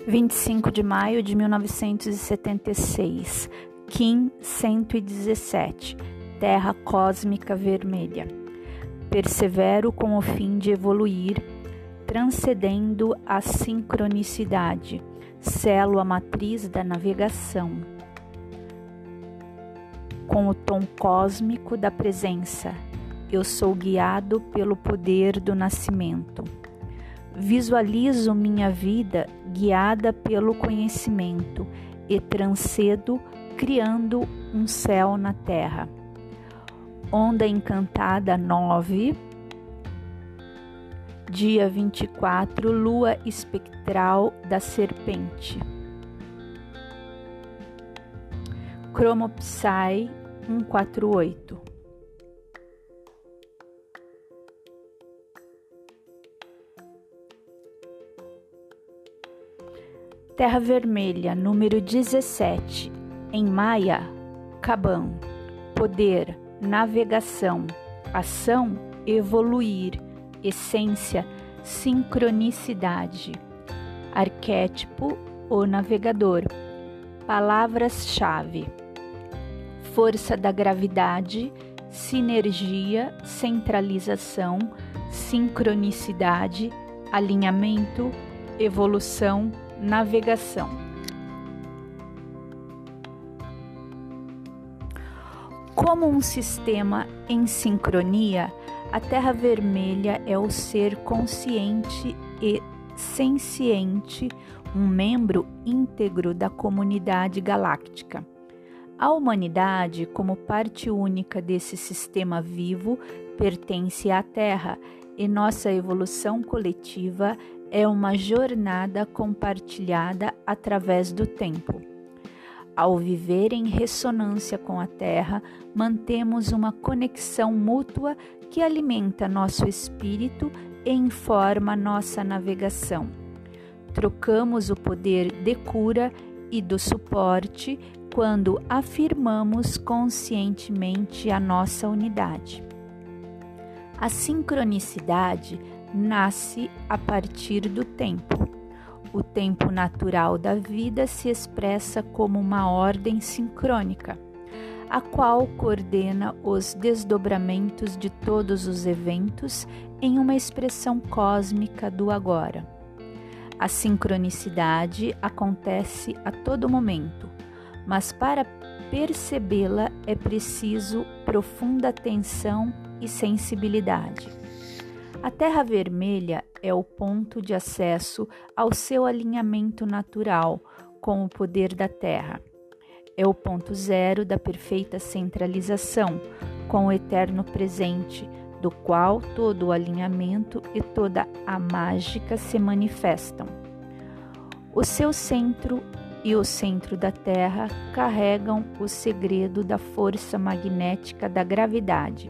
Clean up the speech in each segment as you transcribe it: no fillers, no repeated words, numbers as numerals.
25 de maio de 1976, Kim 117, Terra Cósmica Vermelha. Persevero com o fim de evoluir, transcendendo a sincronicidade, selo a matriz da navegação. Com o tom cósmico da presença, eu sou guiado pelo poder do nascimento. Visualizo minha vida guiada pelo conhecimento e transcedo, criando um céu na terra. Onda Encantada 9, dia 24, Lua Espectral da Serpente. Chromopsy 148. Terra Vermelha, número 17, em Maia, Kaban. Poder, navegação, ação, evoluir, essência, sincronicidade. Arquétipo, o navegador. Palavras-chave: força da gravidade, sinergia, centralização, sincronicidade, alinhamento, evolução, navegação. Como um sistema em sincronia, a Terra Vermelha é o ser consciente e senciente, um membro íntegro da comunidade galáctica. A humanidade, como parte única desse sistema vivo, pertence à Terra, e nossa evolução coletiva é uma jornada compartilhada através do tempo. Ao viver em ressonância com a Terra, mantemos uma conexão mútua que alimenta nosso espírito e informa nossa navegação. Trocamos o poder de cura e do suporte quando afirmamos conscientemente a nossa unidade. A sincronicidade nasce a partir do tempo. O tempo natural da vida se expressa como uma ordem sincrônica, a qual coordena os desdobramentos de todos os eventos em uma expressão cósmica do agora. A sincronicidade acontece a todo momento, mas para percebê-la é preciso profunda atenção e sensibilidade. A Terra Vermelha é o ponto de acesso ao seu alinhamento natural com o poder da Terra. É o ponto zero da perfeita centralização com o eterno presente, do qual todo o alinhamento e toda a mágica se manifestam. O seu centro e o centro da Terra carregam o segredo da força magnética da gravidade.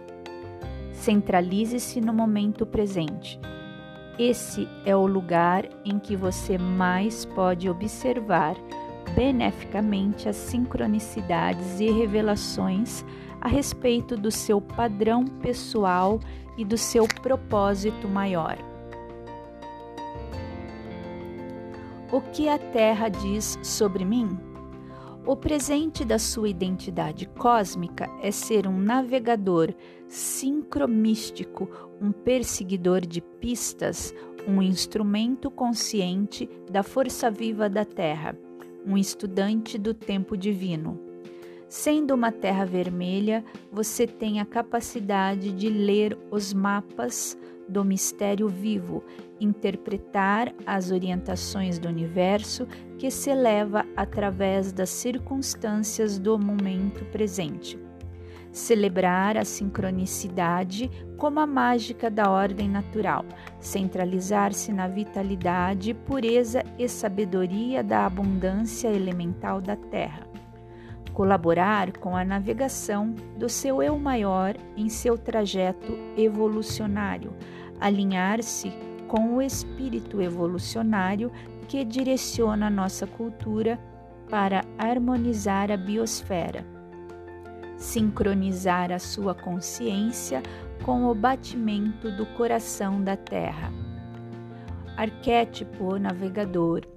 Centralize-se no momento presente. Esse é o lugar em que você mais pode observar beneficamente as sincronicidades e revelações a respeito do seu padrão pessoal e do seu propósito maior. O que a Terra diz sobre mim? O presente da sua identidade cósmica é ser um navegador sincromístico, um perseguidor de pistas, um instrumento consciente da força viva da Terra, um estudante do tempo divino. Sendo uma Terra Vermelha, você tem a capacidade de ler os mapas do mistério vivo, interpretar as orientações do universo que se eleva através das circunstâncias do momento presente. Celebrar a sincronicidade como a mágica da ordem natural, centralizar-se na vitalidade, pureza e sabedoria da abundância elemental da Terra. Colaborar com a navegação do seu eu maior em seu trajeto evolucionário, alinhar-se com o espírito evolucionário que direciona nossa cultura para harmonizar a biosfera, sincronizar a sua consciência com o batimento do coração da Terra. Arquétipo navegador.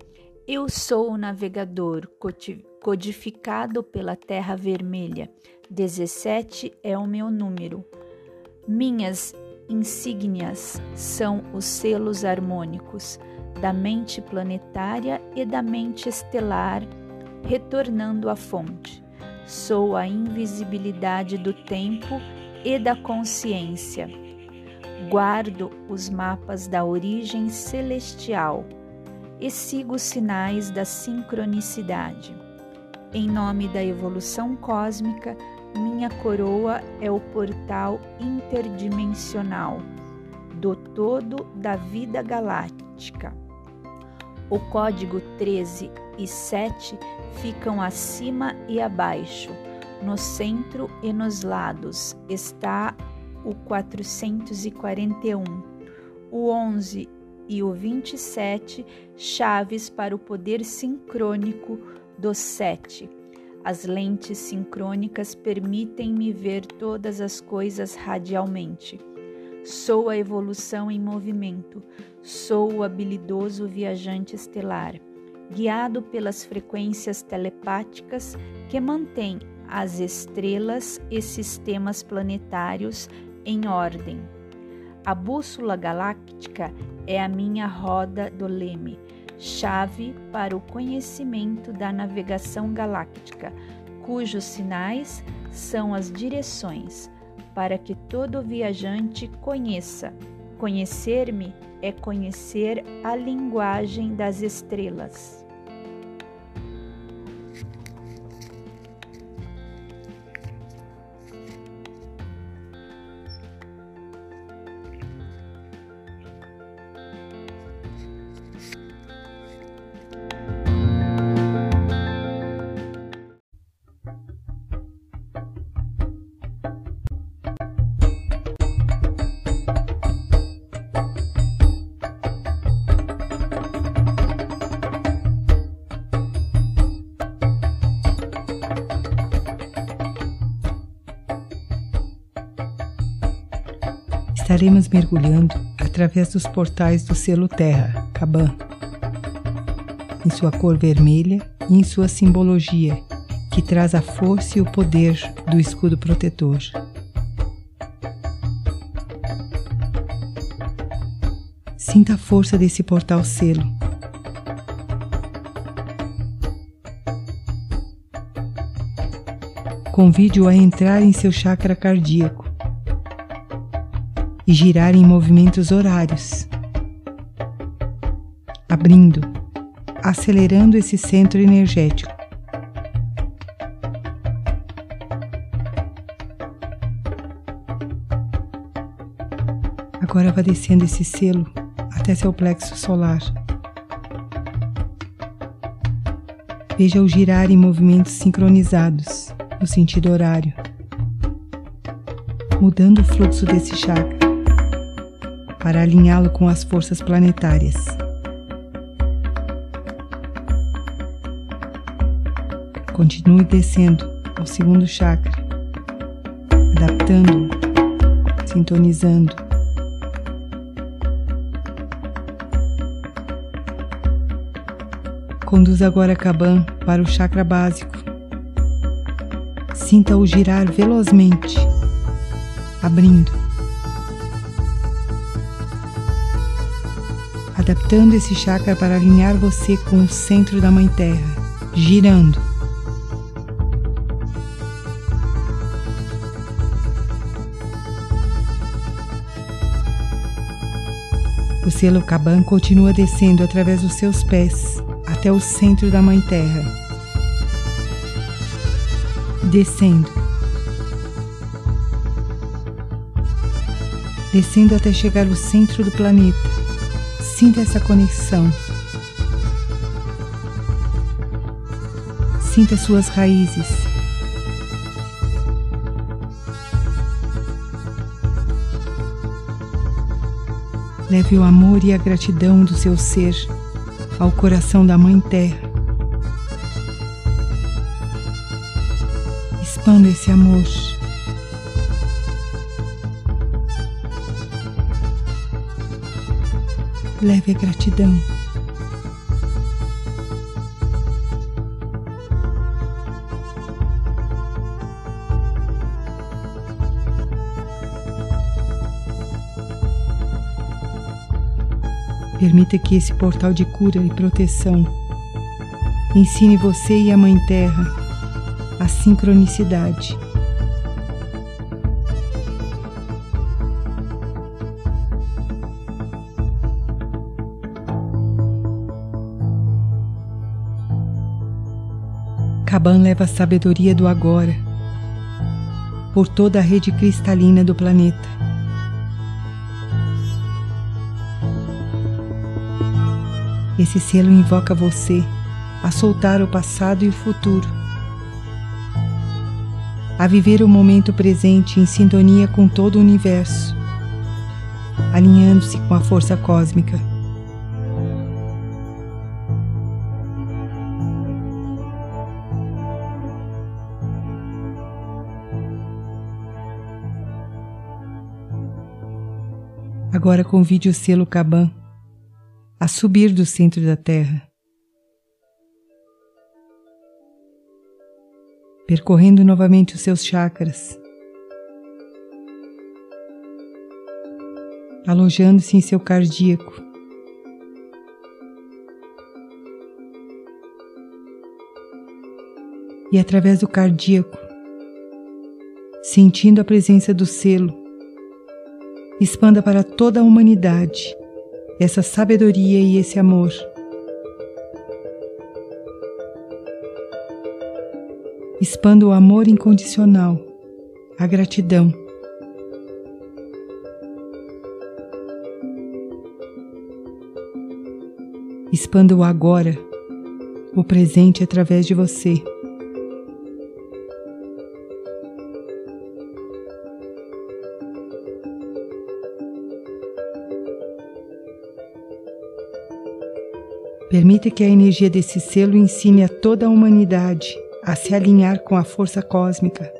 Eu sou o navegador codificado pela Terra Vermelha. 17 é o meu número. Minhas insígnias são os selos harmônicos da mente planetária e da mente estelar, retornando à fonte. Sou a invisibilidade do tempo e da consciência. Guardo os mapas da origem celestial e sigo os sinais da sincronicidade. Em nome da evolução cósmica, minha coroa é o portal interdimensional do todo da vida galáctica. O código 13 e 7 ficam acima e abaixo. No centro e nos lados está o 441, o 11 e o 27, chaves para o poder sincrônico do 7. As lentes sincrônicas permitem-me ver todas as coisas radialmente. Sou a evolução em movimento. Sou o habilidoso viajante estelar, guiado pelas frequências telepáticas que mantêm as estrelas e sistemas planetários em ordem. A bússola galáctica é a minha roda do leme, chave para o conhecimento da navegação galáctica, cujos sinais são as direções, para que todo viajante conheça. Conhecer-me é conhecer a linguagem das estrelas. Estaremos mergulhando através dos portais do selo Terra, Kaban, em sua cor vermelha e em sua simbologia, que traz a força e o poder do escudo protetor. Sinta a força desse portal selo. Convide-o a entrar em seu chakra cardíaco e girar em movimentos horários, abrindo, acelerando esse centro energético. Agora vá descendo esse selo até seu plexo solar. Veja-o girar em movimentos sincronizados no sentido horário, mudando o fluxo desse chakra para alinhá-lo com as forças planetárias. Continue descendo ao segundo chakra, adaptando-o, sintonizando. Conduza agora Kaban para o chakra básico. Sinta-o girar velozmente, abrindo, adaptando esse chakra para alinhar você com o centro da Mãe Terra, girando. O selo Kaban continua descendo através dos seus pés até o centro da Mãe Terra. Descendo. Descendo até chegar ao centro do planeta. Sinta essa conexão. Sinta suas raízes. Leve o amor e a gratidão do seu ser ao coração da Mãe Terra. Expanda esse amor. Leve a gratidão. Permita que esse portal de cura e proteção ensine você e a Mãe Terra a sincronicidade. Kaban leva a sabedoria do agora por toda a rede cristalina do planeta. Esse selo invoca você a soltar o passado e o futuro, a viver o momento presente em sintonia com todo o universo, alinhando-se com a força cósmica. Agora convide o selo Kaban a subir do centro da Terra, percorrendo novamente os seus chakras, alojando-se em seu cardíaco, e através do cardíaco, sentindo a presença do selo, expanda para toda a humanidade essa sabedoria e esse amor. Expanda o amor incondicional, a gratidão. Expanda o agora, o presente através de você. Permita que a energia desse selo ensine a toda a humanidade a se alinhar com a força cósmica.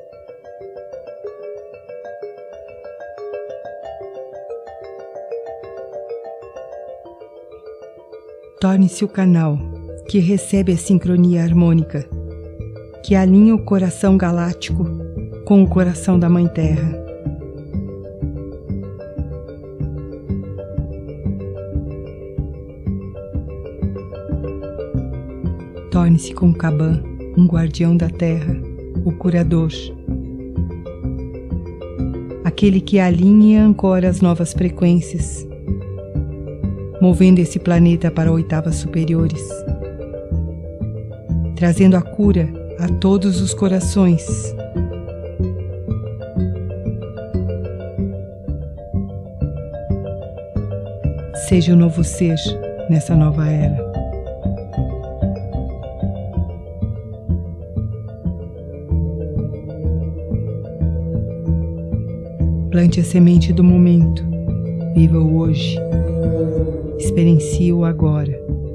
Torne-se o canal que recebe a sincronia harmônica, que alinha o coração galáctico com o coração da Mãe Terra. Torne-se com Kaban um guardião da Terra, o curador, aquele que alinha e ancora as novas frequências, movendo esse planeta para oitavas superiores, trazendo a cura a todos os corações. Seja o novo ser nessa nova era. Plante a semente do momento, viva o hoje, experiencie o agora.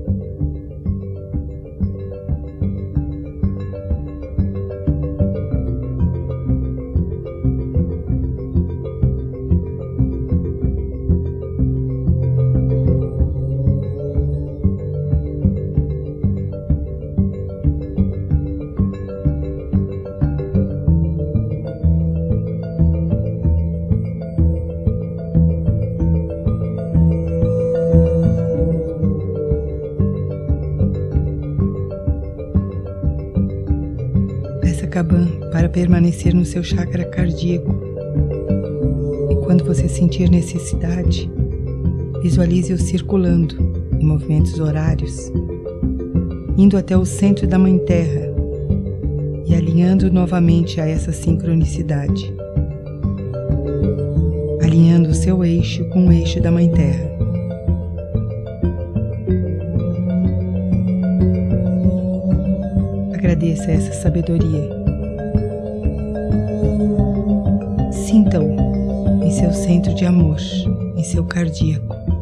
Kaban para permanecer no seu chakra cardíaco. E quando você sentir necessidade, visualize-o circulando em movimentos horários, indo até o centro da Mãe Terra e alinhando novamente a essa sincronicidade, alinhando o seu eixo com o eixo da Mãe Terra. Agradeça essa sabedoria. Sinta-o em seu centro de amor, em seu cardíaco.